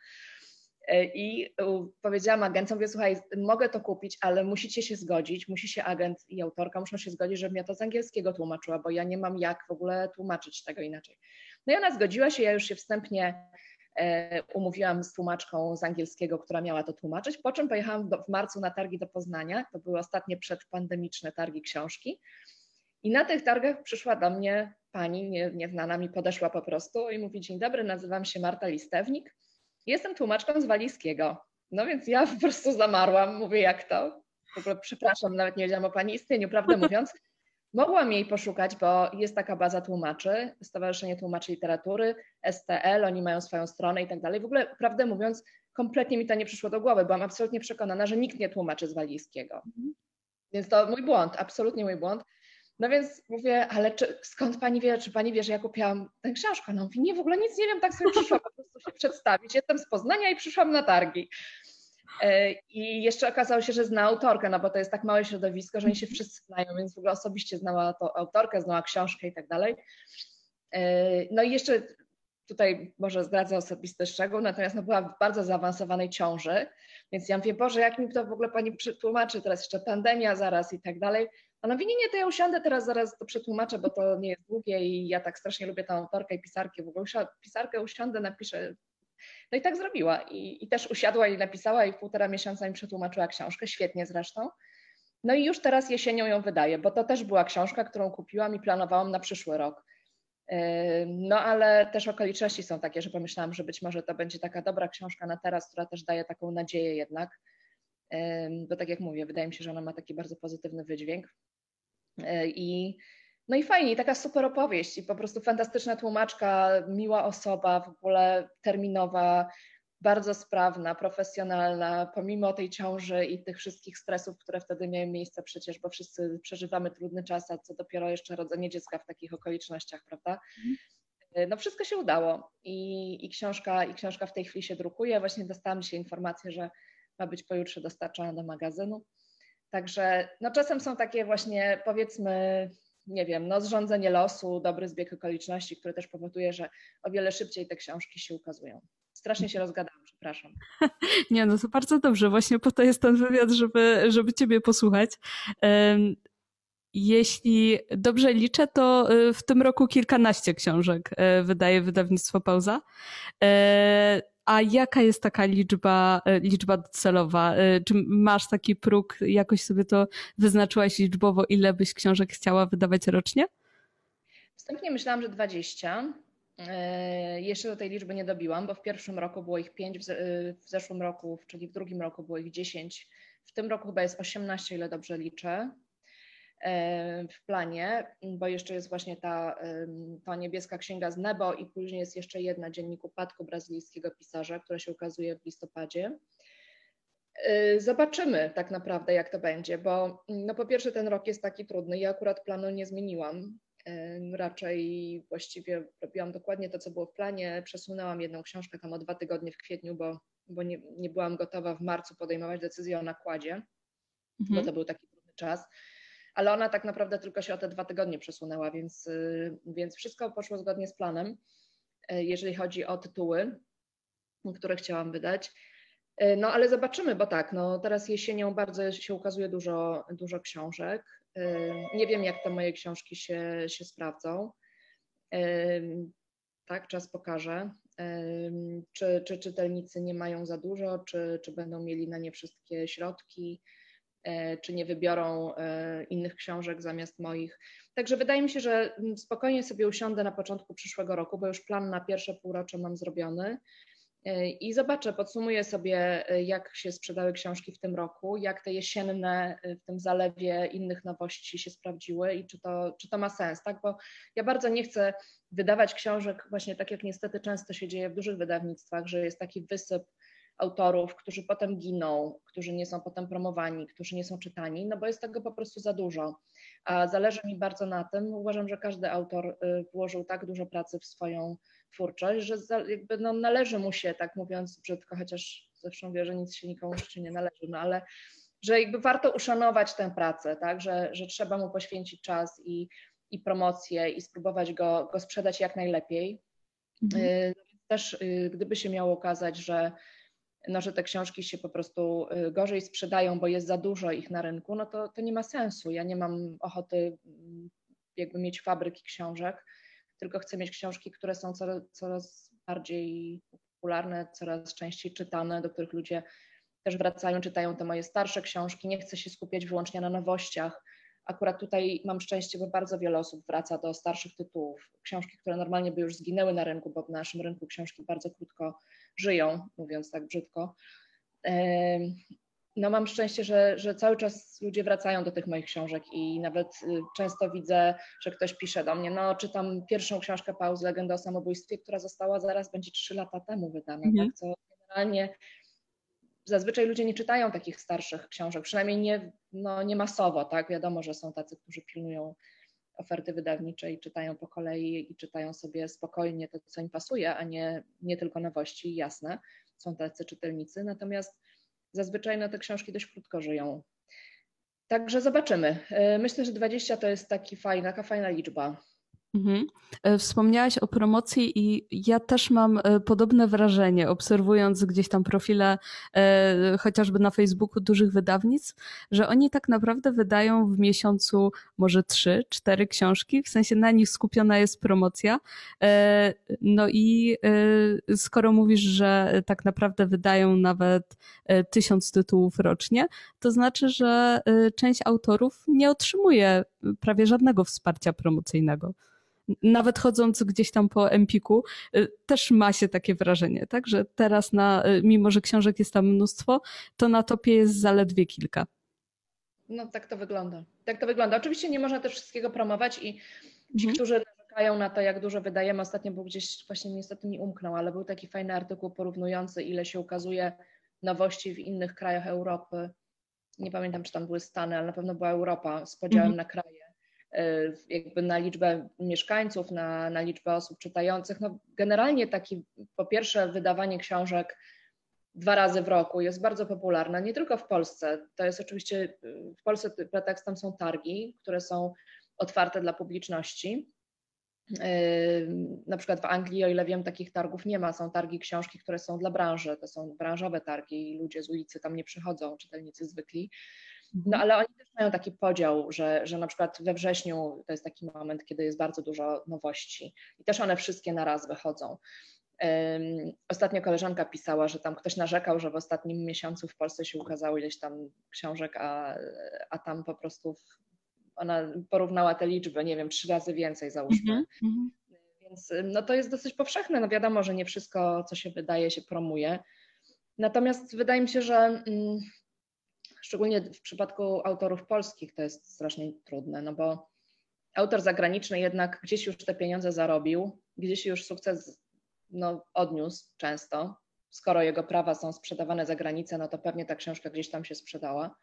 I powiedziałam agentom, mówię, słuchaj, mogę to kupić, ale musicie się zgodzić, musi się agent i autorka muszą się zgodzić, żebym ja to z angielskiego tłumaczyła, bo ja nie mam jak w ogóle tłumaczyć tego inaczej. No i ona zgodziła się, ja już się wstępnie umówiłam z tłumaczką z angielskiego, która miała to tłumaczyć, po czym pojechałam do, w marcu na targi do Poznania, to były ostatnie przedpandemiczne targi książki i na tych targach przyszła do mnie pani nie, nieznana, mi podeszła po prostu i mówi, dzień dobry, nazywam się Marta Listewnik, jestem tłumaczką z walijskiego. No więc ja po prostu zamarłam, mówię, jak to? W ogóle przepraszam, nawet nie wiedziałam o pani istnieniu, prawdę mówiąc. Mogłam jej poszukać, bo jest taka baza tłumaczy, Stowarzyszenie Tłumaczy Literatury, S T L, oni mają swoją stronę i tak dalej. W ogóle, prawdę mówiąc, kompletnie mi to nie przyszło do głowy. Byłam absolutnie przekonana, że nikt nie tłumaczy z walijskiego. Więc to mój błąd, absolutnie mój błąd. No więc mówię, ale czy, skąd pani wie, czy pani wie, że ja kupiłam tę książkę? No mówi, nie, w ogóle nic nie wiem, tak sobie przyszłam po prostu się przedstawić. Jestem z Poznania i przyszłam na targi. I jeszcze okazało się, że zna autorkę, no bo to jest tak małe środowisko, że oni się wszyscy znają, więc w ogóle osobiście znała to autorkę, znała książkę i tak dalej. No i jeszcze tutaj może zdradzę osobisty szczegół, natomiast no była w bardzo zaawansowanej ciąży, więc ja mówię, Boże, jak mi to w ogóle pani przetłumaczy, teraz jeszcze pandemia zaraz i tak dalej. Ona mówi, nie, nie, to ja usiądę teraz, zaraz to przetłumaczę, bo to nie jest długie i ja tak strasznie lubię tę autorkę i pisarkę, w ogóle pisarkę usiądę, napiszę. No i tak zrobiła I, i też usiadła i napisała i w półtora miesiąca mi przetłumaczyła książkę, świetnie zresztą. No i już teraz jesienią ją wydaję, bo to też była książka, którą kupiłam i planowałam na przyszły rok. No ale też okoliczności są takie, że pomyślałam, że być może to będzie taka dobra książka na teraz, która też daje taką nadzieję jednak, bo tak jak mówię, wydaje mi się, że ona ma taki bardzo pozytywny wydźwięk. I no i fajnie, taka super opowieść i po prostu fantastyczna tłumaczka, miła osoba, w ogóle terminowa, bardzo sprawna, profesjonalna, pomimo tej ciąży i tych wszystkich stresów, które wtedy miały miejsce przecież, bo wszyscy przeżywamy trudny czas, a co dopiero jeszcze rodzenie dziecka w takich okolicznościach, prawda? No wszystko się udało i, i, książka, i książka w tej chwili się drukuje. Właśnie dostałam dzisiaj informację, że ma być pojutrze dostarczona do magazynu. Także no czasem są takie właśnie, powiedzmy, nie wiem, no zrządzenie losu, dobry zbieg okoliczności, który też powoduje, że o wiele szybciej te książki się ukazują. Strasznie się rozgadałam, przepraszam. Nie, no to bardzo dobrze. Właśnie po to jest ten wywiad, żeby, żeby ciebie posłuchać. Jeśli dobrze liczę, to w tym roku kilkanaście książek wydaje wydawnictwo Pauza. A jaka jest taka liczba, liczba docelowa? Czy masz taki próg, jakoś sobie to wyznaczyłaś liczbowo, ile byś książek chciała wydawać rocznie? Wstępnie myślałam, że dwadzieścia. Jeszcze do tej liczby nie dobiłam, bo w pierwszym roku było ich pięć, w zeszłym roku, czyli w drugim roku było ich dziesięć. W tym roku chyba jest osiemnaście, ile dobrze liczę, w planie, bo jeszcze jest właśnie ta, ta niebieska księga z Nebo i później jest jeszcze jedna, Dziennik upadku brazylijskiego pisarza, która się ukazuje w listopadzie. Zobaczymy tak naprawdę, jak to będzie, bo no po pierwsze ten rok jest taki trudny, ja akurat planu nie zmieniłam, raczej właściwie robiłam dokładnie to, co było w planie, przesunęłam jedną książkę tam o dwa tygodnie w kwietniu, bo, bo nie, nie byłam gotowa w marcu podejmować decyzję o nakładzie, mhm. bo to był taki trudny czas. Ale ona tak naprawdę tylko się o te dwa tygodnie przesunęła, więc, więc wszystko poszło zgodnie z planem, jeżeli chodzi o tytuły, które chciałam wydać. No ale zobaczymy, bo tak, no teraz jesienią bardzo się ukazuje dużo, dużo książek. Nie wiem, jak te moje książki się, się sprawdzą. Tak, czas pokaże. Czy, czy czytelnicy nie mają za dużo, czy, czy będą mieli na nie wszystkie środki, czy nie wybiorą innych książek zamiast moich. Także wydaje mi się, że spokojnie sobie usiądę na początku przyszłego roku, bo już plan na pierwsze półrocze mam zrobiony i zobaczę, podsumuję sobie, jak się sprzedały książki w tym roku, jak te jesienne w tym zalewie innych nowości się sprawdziły i czy to, czy to ma sens, tak? Bo ja bardzo nie chcę wydawać książek właśnie tak, jak niestety często się dzieje w dużych wydawnictwach, że jest taki wysyp autorów, którzy potem giną, którzy nie są potem promowani, którzy nie są czytani, no bo jest tego po prostu za dużo. A zależy mi bardzo na tym, uważam, że każdy autor włożył tak dużo pracy w swoją twórczość, że jakby no należy mu się, tak mówiąc brzydko, chociaż zresztą wie, że nic się nikomu jeszcze nie należy, no ale że jakby warto uszanować tę pracę, tak, że, że trzeba mu poświęcić czas i, i promocję i spróbować go, go sprzedać jak najlepiej. Mhm. Też gdyby się miało okazać, że no, że te książki się po prostu gorzej sprzedają, bo jest za dużo ich na rynku, no to, to nie ma sensu. Ja nie mam ochoty jakby mieć fabryki książek, tylko chcę mieć książki, które są coraz, coraz bardziej popularne, coraz częściej czytane, do których ludzie też wracają, czytają te moje starsze książki. Nie chcę się skupiać wyłącznie na nowościach. Akurat tutaj mam szczęście, bo bardzo wiele osób wraca do starszych tytułów. Książki, które normalnie by już zginęły na rynku, bo w naszym rynku książki bardzo krótko żyją, mówiąc tak brzydko. No mam szczęście, że, że cały czas ludzie wracają do tych moich książek i nawet często widzę, że ktoś pisze do mnie, no czytam pierwszą książkę Pauzy, Legenda o samobójstwie, która została zaraz będzie trzy lata temu wydana, mhm. tak, co generalnie zazwyczaj ludzie nie czytają takich starszych książek, przynajmniej nie, no, nie masowo, tak, wiadomo, że są tacy, którzy pilnują oferty wydawniczej, czytają po kolei i czytają sobie spokojnie to, co im pasuje, a nie, nie tylko nowości, jasne, są tacy czytelnicy, natomiast zazwyczaj no, te książki dość krótko żyją. Także zobaczymy. Myślę, że dwadzieścia to jest taki fajna, taka fajna liczba. Mhm. Wspomniałaś o promocji i ja też mam podobne wrażenie, obserwując gdzieś tam profile e, chociażby na Facebooku dużych wydawnictw, że oni tak naprawdę wydają w miesiącu może trzy, cztery książki, w sensie na nich skupiona jest promocja. E, no i e, skoro mówisz, że tak naprawdę wydają nawet tysiąc tytułów rocznie, to znaczy, że część autorów nie otrzymuje prawie żadnego wsparcia promocyjnego. Nawet chodząc gdzieś tam po Empiku, też ma się takie wrażenie, tak? Że teraz, na, mimo że książek jest tam mnóstwo, to na topie jest zaledwie kilka. No tak to wygląda. Tak to wygląda. Oczywiście nie można też wszystkiego promować i ci, mhm. którzy narzekają na to, jak dużo wydajemy, ostatnio był gdzieś, właśnie niestety mi umknął, ale był taki fajny artykuł porównujący, ile się ukazuje nowości w innych krajach Europy. Nie pamiętam, czy tam były Stany, ale na pewno była Europa z podziałem mhm. na kraje. Jakby na liczbę mieszkańców, na, na liczbę osób czytających. No generalnie taki, po pierwsze, wydawanie książek dwa razy w roku jest bardzo popularne, nie tylko w Polsce. To jest oczywiście, w Polsce pretekstem są targi, które są otwarte dla publiczności. Na przykład w Anglii, o ile wiem, takich targów nie ma. Są targi książki, które są dla branży. To są branżowe targi i ludzie z ulicy tam nie przychodzą, czytelnicy zwykli. No ale oni też mają taki podział, że, że na przykład we wrześniu to jest taki moment, kiedy jest bardzo dużo nowości i też one wszystkie na raz wychodzą. Um, ostatnio koleżanka pisała, że tam ktoś narzekał, że w ostatnim miesiącu w Polsce się ukazało ileś tam książek, a, a tam po prostu ona porównała te liczby, nie wiem, trzy razy więcej załóżmy. Mm-hmm. Więc no to jest dosyć powszechne. No wiadomo, że nie wszystko, co się wydaje, się promuje. Natomiast wydaje mi się, że mm, szczególnie w przypadku autorów polskich to jest strasznie trudne, no bo autor zagraniczny jednak gdzieś już te pieniądze zarobił, gdzieś już sukces no, odniósł często. Skoro jego prawa są sprzedawane za granicę, no to pewnie ta książka gdzieś tam się sprzedała.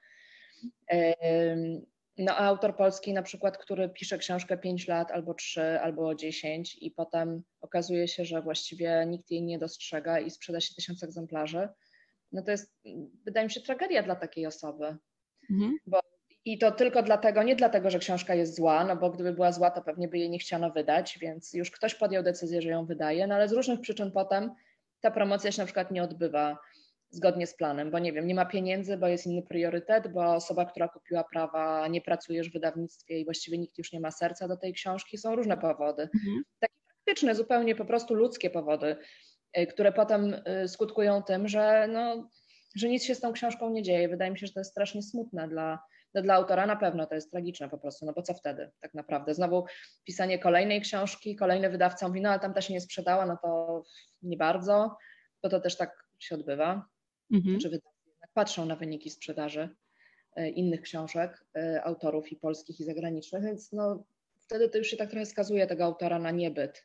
No a autor polski na przykład, który pisze książkę pięć lat albo trzy, albo dziesięć i potem okazuje się, że właściwie nikt jej nie dostrzega i sprzeda się tysiąc egzemplarzy, no to jest, wydaje mi się, tragedia dla takiej osoby. Mhm. Bo, i to tylko dlatego, nie dlatego, że książka jest zła, no bo gdyby była zła, to pewnie by jej nie chciano wydać, więc już ktoś podjął decyzję, że ją wydaje, no ale z różnych przyczyn potem ta promocja się na przykład nie odbywa zgodnie z planem, bo nie wiem, nie ma pieniędzy, bo jest inny priorytet, bo osoba, która kupiła prawa, nie pracuje już w wydawnictwie i właściwie nikt już nie ma serca do tej książki. Są różne powody. Mhm. Takie praktyczne, zupełnie po prostu ludzkie powody, które potem skutkują tym, że, no, że nic się z tą książką nie dzieje. Wydaje mi się, że to jest strasznie smutne dla, no dla autora na pewno, to jest tragiczne po prostu, no bo co wtedy tak naprawdę? Znowu pisanie kolejnej książki, kolejny wydawca mówi, no ale tam ta się nie sprzedała, no to nie bardzo, bo to też tak się odbywa. Mhm. Że wydawcy jednak patrzą na wyniki sprzedaży innych książek, autorów i polskich i zagranicznych, więc no wtedy to już się tak trochę skazuje tego autora na niebyt.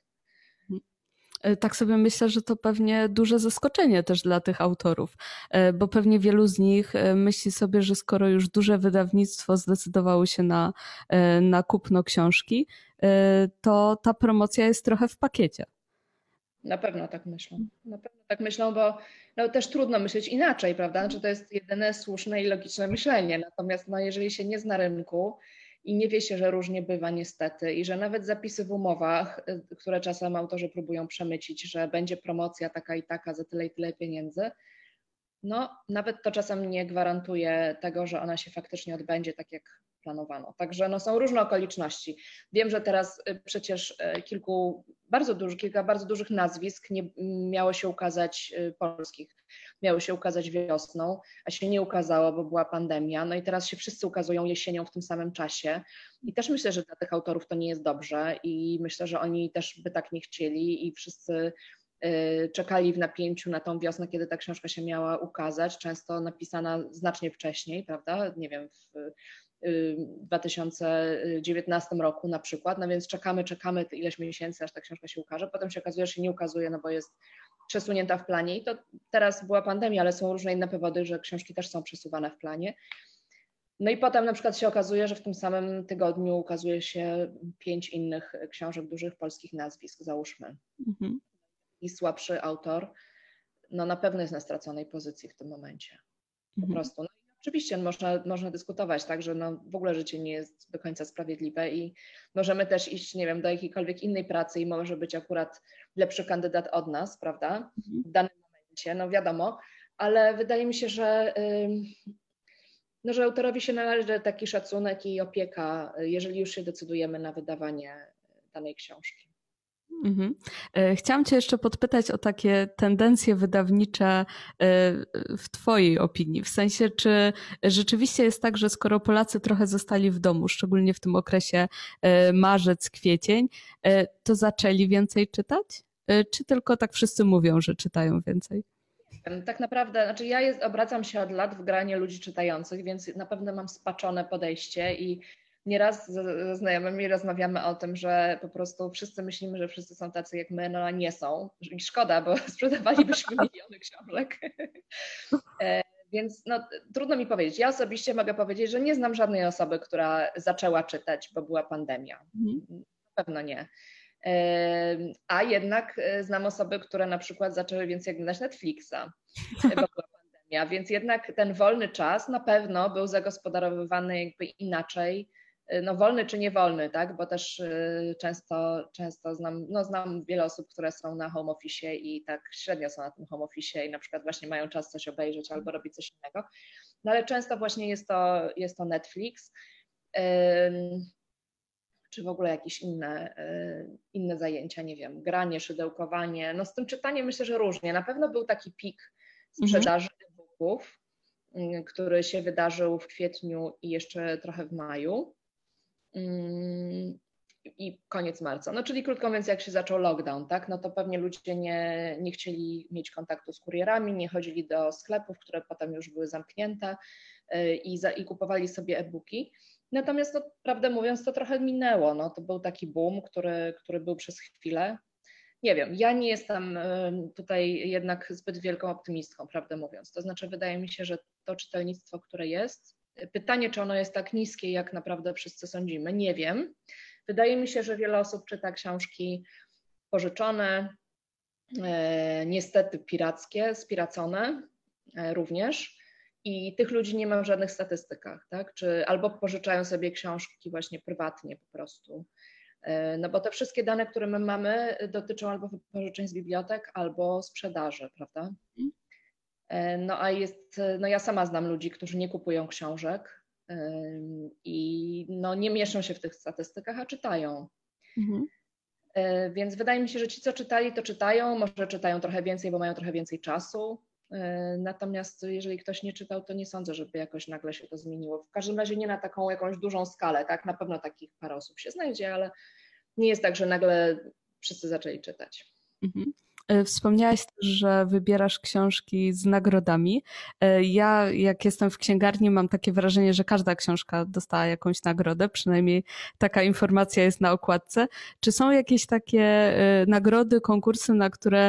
Tak sobie myślę, że to pewnie duże zaskoczenie też dla tych autorów, bo pewnie wielu z nich myśli sobie, że skoro już duże wydawnictwo zdecydowało się na, na kupno książki, to ta promocja jest trochę w pakiecie. Na pewno tak myślą. Na pewno tak myślą, bo no, też trudno myśleć inaczej, prawda? Znaczy, to jest jedyne słuszne i logiczne myślenie. Natomiast no, jeżeli się nie zna rynku i nie wie się, że różnie bywa niestety i że nawet zapisy w umowach, które czasem autorzy próbują przemycić, że będzie promocja taka i taka za tyle i tyle pieniędzy, no nawet to czasem nie gwarantuje tego, że ona się faktycznie odbędzie tak, jak planowano. Także no, są różne okoliczności. Wiem, że teraz przecież kilku bardzo dużych, kilka bardzo dużych nazwisk nie miało się ukazać polskich. Miały się ukazać wiosną, a się nie ukazało, bo była pandemia. No i teraz się wszyscy ukazują jesienią w tym samym czasie. I też myślę, że dla tych autorów to nie jest dobrze i myślę, że oni też by tak nie chcieli i wszyscy czekali w napięciu na tą wiosnę, kiedy ta książka się miała ukazać, często napisana znacznie wcześniej, prawda? Nie wiem, w dwa tysiące dziewiętnastym roku na przykład, no więc czekamy, czekamy ileś miesięcy, aż ta książka się ukaże, potem się okazuje, że się nie ukazuje, no bo jest przesunięta w planie i to teraz była pandemia, ale są różne inne powody, że książki też są przesuwane w planie. No i potem na przykład się okazuje, że w tym samym tygodniu ukazuje się pięć innych książek dużych polskich nazwisk, załóżmy. Mhm. I słabszy autor, no na pewno jest na straconej pozycji w tym momencie. Po mhm. prostu. No i oczywiście można, można dyskutować, tak, że no w ogóle życie nie jest do końca sprawiedliwe i możemy też iść, nie wiem, do jakiejkolwiek innej pracy i może być akurat lepszy kandydat od nas, prawda, mhm. w danym momencie, no wiadomo, ale wydaje mi się, że... Yy, No, że autorowi się należy taki szacunek i opieka, jeżeli już się decydujemy na wydawanie danej książki. Mhm. Chciałam Cię jeszcze podpytać o takie tendencje wydawnicze w Twojej opinii. W sensie, czy rzeczywiście jest tak, że skoro Polacy trochę zostali w domu, szczególnie w tym okresie marzec, kwiecień, to zaczęli więcej czytać? Czy tylko tak wszyscy mówią, że czytają więcej? Tak naprawdę, znaczy ja jest, obracam się od lat w granie ludzi czytających, więc na pewno mam spaczone podejście i nieraz ze znajomymi rozmawiamy o tym, że po prostu wszyscy myślimy, że wszyscy są tacy jak my, no a nie są. I szkoda, bo sprzedawalibyśmy miliony książek. Więc no, trudno mi powiedzieć. Ja osobiście mogę powiedzieć, że nie znam żadnej osoby, która zaczęła czytać, bo była pandemia. Mhm. Na pewno nie. A jednak znam osoby, które na przykład zaczęły więcej oglądać Netflixa, bo była pandemia, więc jednak ten wolny czas na pewno był zagospodarowywany jakby inaczej, no wolny czy niewolny, tak, bo też często, często znam, no znam wiele osób, które są na home office i tak średnio są na tym home office i na przykład właśnie mają czas coś obejrzeć albo robić coś innego, no ale często właśnie jest to, jest to Netflix, czy w ogóle jakieś inne, inne zajęcia, nie wiem, granie, szydełkowanie. No z tym czytaniem myślę, że różnie. Na pewno był taki pik sprzedaży mhm. e-booków, który się wydarzył w kwietniu i jeszcze trochę w maju i koniec marca. No czyli krótko mówiąc, jak się zaczął lockdown, tak, no to pewnie ludzie nie, nie chcieli mieć kontaktu z kurierami, nie chodzili do sklepów, które potem już były zamknięte i, za, i kupowali sobie e-booki. Natomiast, no, prawdę mówiąc, to trochę minęło. No, to był taki boom, który, który był przez chwilę. Nie wiem, ja nie jestem tutaj jednak zbyt wielką optymistką, prawdę mówiąc. To znaczy, wydaje mi się, że to czytelnictwo, które jest, pytanie, czy ono jest tak niskie, jak naprawdę wszyscy sądzimy, nie wiem. Wydaje mi się, że wiele osób czyta książki pożyczone, niestety pirackie, spiracone również. I tych ludzi nie ma w żadnych statystykach, tak? Czy albo pożyczają sobie książki właśnie prywatnie po prostu. No bo te wszystkie dane, które my mamy, dotyczą albo pożyczeń z bibliotek, albo sprzedaży, prawda? No a jest, no ja sama znam ludzi, którzy nie kupują książek i no nie mieszczą się w tych statystykach, a czytają. Mhm. Więc wydaje mi się, że ci, co czytali, to czytają, może czytają trochę więcej, bo mają trochę więcej czasu. Natomiast jeżeli ktoś nie czytał, to nie sądzę, żeby jakoś nagle się to zmieniło. W każdym razie nie na taką jakąś dużą skalę, tak? Na pewno takich parę osób się znajdzie, ale nie jest tak, że nagle wszyscy zaczęli czytać. Mhm. Wspomniałaś też, że wybierasz książki z nagrodami. Ja, jak jestem w księgarni, mam takie wrażenie, że każda książka dostała jakąś nagrodę, przynajmniej taka informacja jest na okładce. Czy są jakieś takie nagrody, konkursy, na które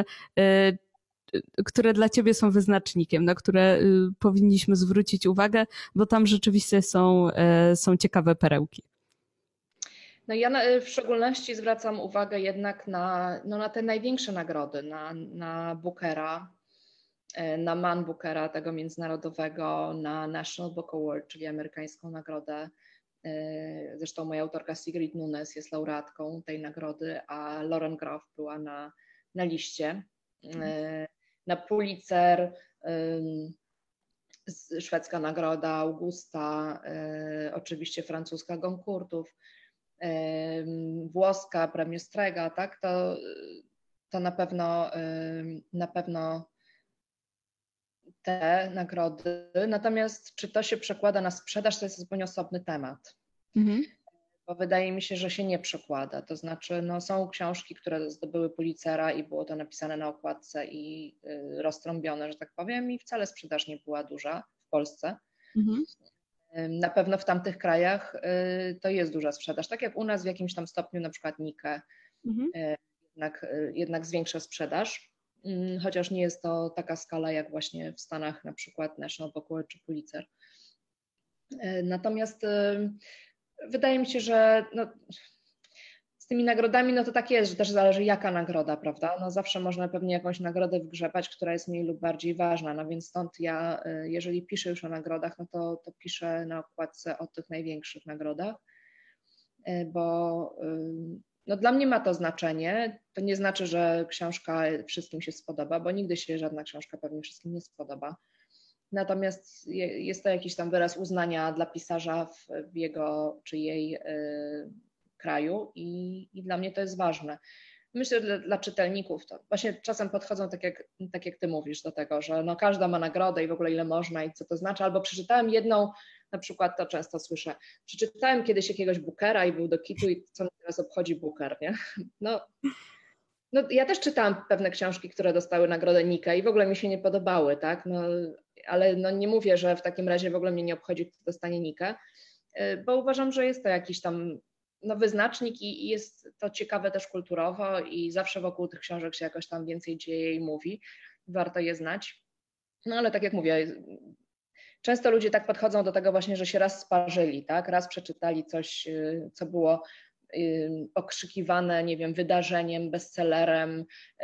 które dla Ciebie są wyznacznikiem, na które powinniśmy zwrócić uwagę, bo tam rzeczywiście są, są ciekawe perełki? No ja na, w szczególności zwracam uwagę jednak na, no na te największe nagrody, na, na Bookera, na Man Bookera, tego międzynarodowego, na National Book Award, czyli amerykańską nagrodę. Zresztą moja autorka Sigrid Nunes jest laureatką tej nagrody, a Lauren Groff była na, na liście. Na Pulitzer, szwedzka nagroda Augusta, oczywiście francuska Goncourtów, włoska Premio Strega, tak, to, to na pewno, na pewno te nagrody. Natomiast czy to się przekłada na sprzedaż, to jest zupełnie osobny temat. Mhm. Bo wydaje mi się, że się nie przekłada. To znaczy, no, są książki, które zdobyły Pulitzera i było to napisane na okładce i y, roztrąbione, że tak powiem, i wcale sprzedaż nie była duża w Polsce. Mhm. Na pewno w tamtych krajach y, to jest duża sprzedaż. Tak jak u nas w jakimś tam stopniu, na przykład Nike mhm. y, jednak, y, jednak zwiększa sprzedaż, y, chociaż nie jest to taka skala jak właśnie w Stanach, na przykład National Book Award czy Pulitzer. Natomiast wydaje mi się, że no, z tymi nagrodami no to tak jest, że też zależy jaka nagroda, prawda? No zawsze można pewnie jakąś nagrodę wgrzebać, która jest mniej lub bardziej ważna, no więc stąd ja, jeżeli piszę już o nagrodach, no to, to piszę na okładce o tych największych nagrodach, bo no dla mnie ma to znaczenie. To nie znaczy, że książka wszystkim się spodoba, bo nigdy się żadna książka pewnie wszystkim nie spodoba. Natomiast jest to jakiś tam wyraz uznania dla pisarza w, w jego czy jej y, kraju i, i dla mnie to jest ważne. Myślę, że dla, dla czytelników to właśnie czasem podchodzą tak jak, tak jak ty mówisz do tego, że no każda ma nagrodę i w ogóle ile można i co to znaczy, albo przeczytałem jedną, na przykład to często słyszę, przeczytałem kiedyś jakiegoś Bookera i był do kitu i co mnie teraz obchodzi Booker, nie? No, no ja też czytałam pewne książki, które dostały nagrodę Nika i w ogóle mi się nie podobały, tak? No, ale no nie mówię, że w takim razie w ogóle mnie nie obchodzi, kto dostanie Nikę, bo uważam, że jest to jakiś tam no, wyznacznik i jest to ciekawe też kulturowo i zawsze wokół tych książek się jakoś tam więcej dzieje i mówi. Warto je znać. No ale tak jak mówię, często ludzie tak podchodzą do tego właśnie, że się raz sparzyli, tak? Raz przeczytali coś, co było okrzykiwane, nie wiem, wydarzeniem, bestsellerem,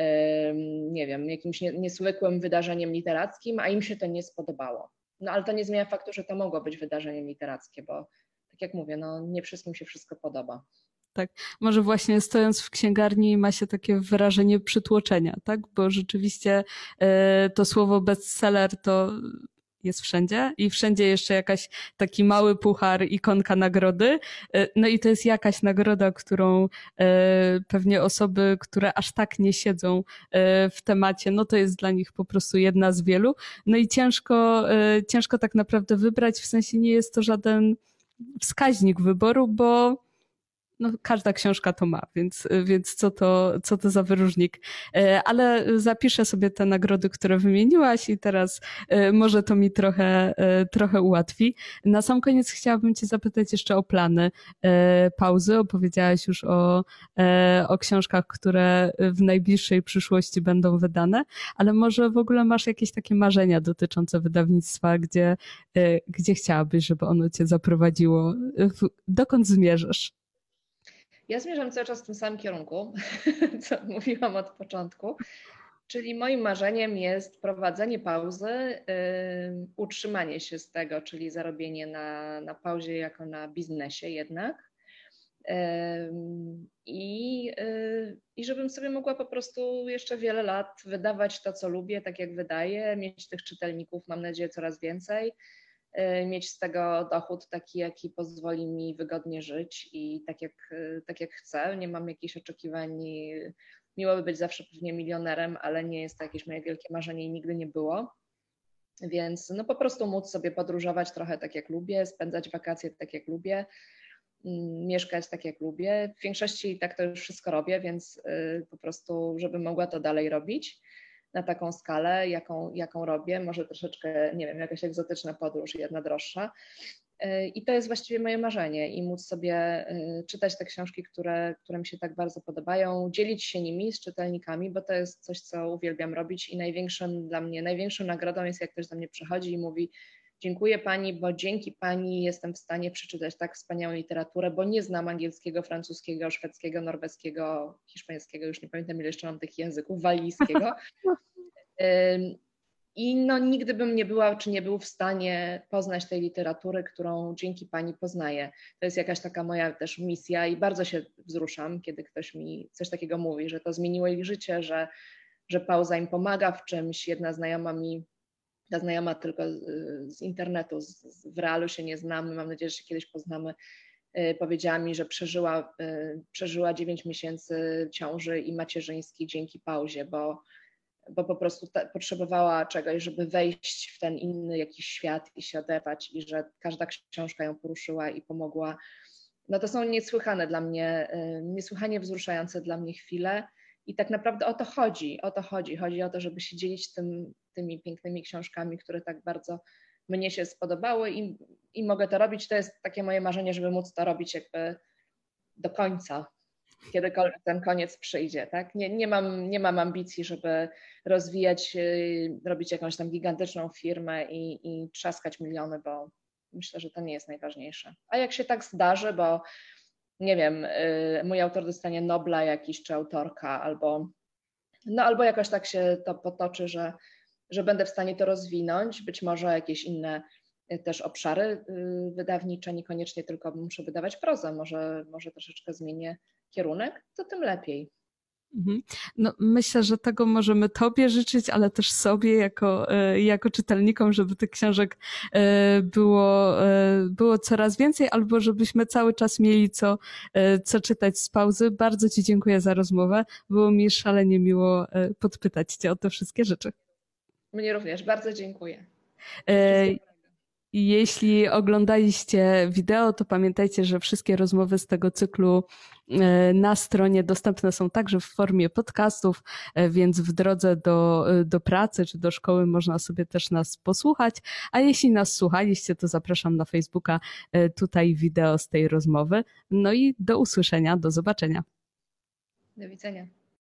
nie wiem, jakimś nieswykłym wydarzeniem literackim, a im się to nie spodobało. No ale to nie zmienia faktu, że to mogło być wydarzeniem literackie, bo tak jak mówię, no nie wszystkim się wszystko podoba. Tak, może właśnie stojąc w księgarni ma się takie wrażenie przytłoczenia, tak? Bo rzeczywiście to słowo bestseller to jest wszędzie i wszędzie jeszcze jakaś taki mały puchar, ikonka nagrody. No i to jest jakaś nagroda, którą pewnie osoby, które aż tak nie siedzą w temacie, no to jest dla nich po prostu jedna z wielu. No i ciężko, ciężko tak naprawdę wybrać, w sensie nie jest to żaden wskaźnik wyboru, bo no, każda książka to ma, więc, więc co to, co to za wyróżnik. Ale zapiszę sobie te nagrody, które wymieniłaś i teraz może to mi trochę, trochę ułatwi. Na sam koniec chciałabym cię zapytać jeszcze o plany pauzy. Opowiedziałaś już o, o książkach, które w najbliższej przyszłości będą wydane, ale może w ogóle masz jakieś takie marzenia dotyczące wydawnictwa, gdzie, gdzie chciałabyś, żeby ono cię zaprowadziło? Dokąd zmierzasz? Ja zmierzam cały czas w tym samym kierunku, co mówiłam od początku, czyli moim marzeniem jest prowadzenie pauzy, yy, utrzymanie się z tego, czyli zarobienie na, na pauzie jako na biznesie jednak. Yy, i, yy, I żebym sobie mogła po prostu jeszcze wiele lat wydawać to, co lubię, tak jak wydaję, mieć tych czytelników, mam nadzieję, coraz więcej, mieć z tego dochód taki, jaki pozwoli mi wygodnie żyć i tak jak, tak jak chcę. Nie mam jakichś oczekiwań, miło by być zawsze pewnie milionerem, ale nie jest to jakieś moje wielkie marzenie i nigdy nie było. Więc no po prostu móc sobie podróżować trochę tak jak lubię, spędzać wakacje tak jak lubię, mieszkać tak jak lubię. W większości tak to już wszystko robię, więc po prostu, żebym mogła to dalej robić na taką skalę, jaką, jaką robię, może troszeczkę, nie wiem, jakaś egzotyczna podróż, jedna droższa. I to jest właściwie moje marzenie i móc sobie czytać te książki, które, które mi się tak bardzo podobają, dzielić się nimi z czytelnikami, bo to jest coś, co uwielbiam robić i największym dla mnie, największą nagrodą jest, jak ktoś do mnie przychodzi i mówi: dziękuję pani, bo dzięki pani jestem w stanie przeczytać tak wspaniałą literaturę, bo nie znam angielskiego, francuskiego, szwedzkiego, norweskiego, hiszpańskiego, już nie pamiętam ile jeszcze mam tych języków, walijskiego. I no nigdy bym nie była, czy nie był w stanie poznać tej literatury, którą dzięki pani poznaję. To jest jakaś taka moja też misja i bardzo się wzruszam, kiedy ktoś mi coś takiego mówi, że to zmieniło ich życie, że, że pauza im pomaga w czymś. Jedna znajoma mi, ta znajoma tylko z internetu, z, w realu się nie znamy, mam nadzieję, że się kiedyś poznamy, powiedziała mi, że przeżyła, przeżyła dziewięć miesięcy ciąży i macierzyńskiej dzięki pauzie, bo bo po prostu te, potrzebowała czegoś, żeby wejść w ten inny jakiś świat i się oderwać i że każda książka ją poruszyła i pomogła. No to są niesłychane dla mnie, niesłychanie wzruszające dla mnie chwile i tak naprawdę o to chodzi, o to chodzi. Chodzi o to, żeby się dzielić tym, tymi pięknymi książkami, które tak bardzo mnie się spodobały i, i mogę to robić. To jest takie moje marzenie, żeby móc to robić jakby do końca, kiedykolwiek ten koniec przyjdzie, tak? Nie, nie, mam, nie mam ambicji, żeby rozwijać, robić jakąś tam gigantyczną firmę i, i trzaskać miliony, bo, myślę, że to nie jest najważniejsze. A jak się tak zdarzy, bo nie wiem, mój autor dostanie Nobla jakiś, czy autorka, albo, no, albo jakoś tak się to potoczy, że, że będę w stanie to rozwinąć, być może jakieś inne też obszary wydawnicze, niekoniecznie tylko muszę wydawać prozę, może, może troszeczkę zmienię kierunek, to tym lepiej. No, myślę, że tego możemy Tobie życzyć, ale też sobie jako, jako czytelnikom, żeby tych książek było, było coraz więcej, albo żebyśmy cały czas mieli co, co czytać z pauzy. Bardzo Ci dziękuję za rozmowę. Było mi szalenie miło podpytać Cię o te wszystkie rzeczy. Mnie również. Bardzo dziękuję. Jeśli oglądaliście wideo, to pamiętajcie, że wszystkie rozmowy z tego cyklu na stronie dostępne są także w formie podcastów, więc w drodze do, do pracy czy do szkoły można sobie też nas posłuchać. A jeśli nas słuchaliście, to zapraszam na Facebooka, tutaj wideo z tej rozmowy. No i do usłyszenia, do zobaczenia. Do widzenia.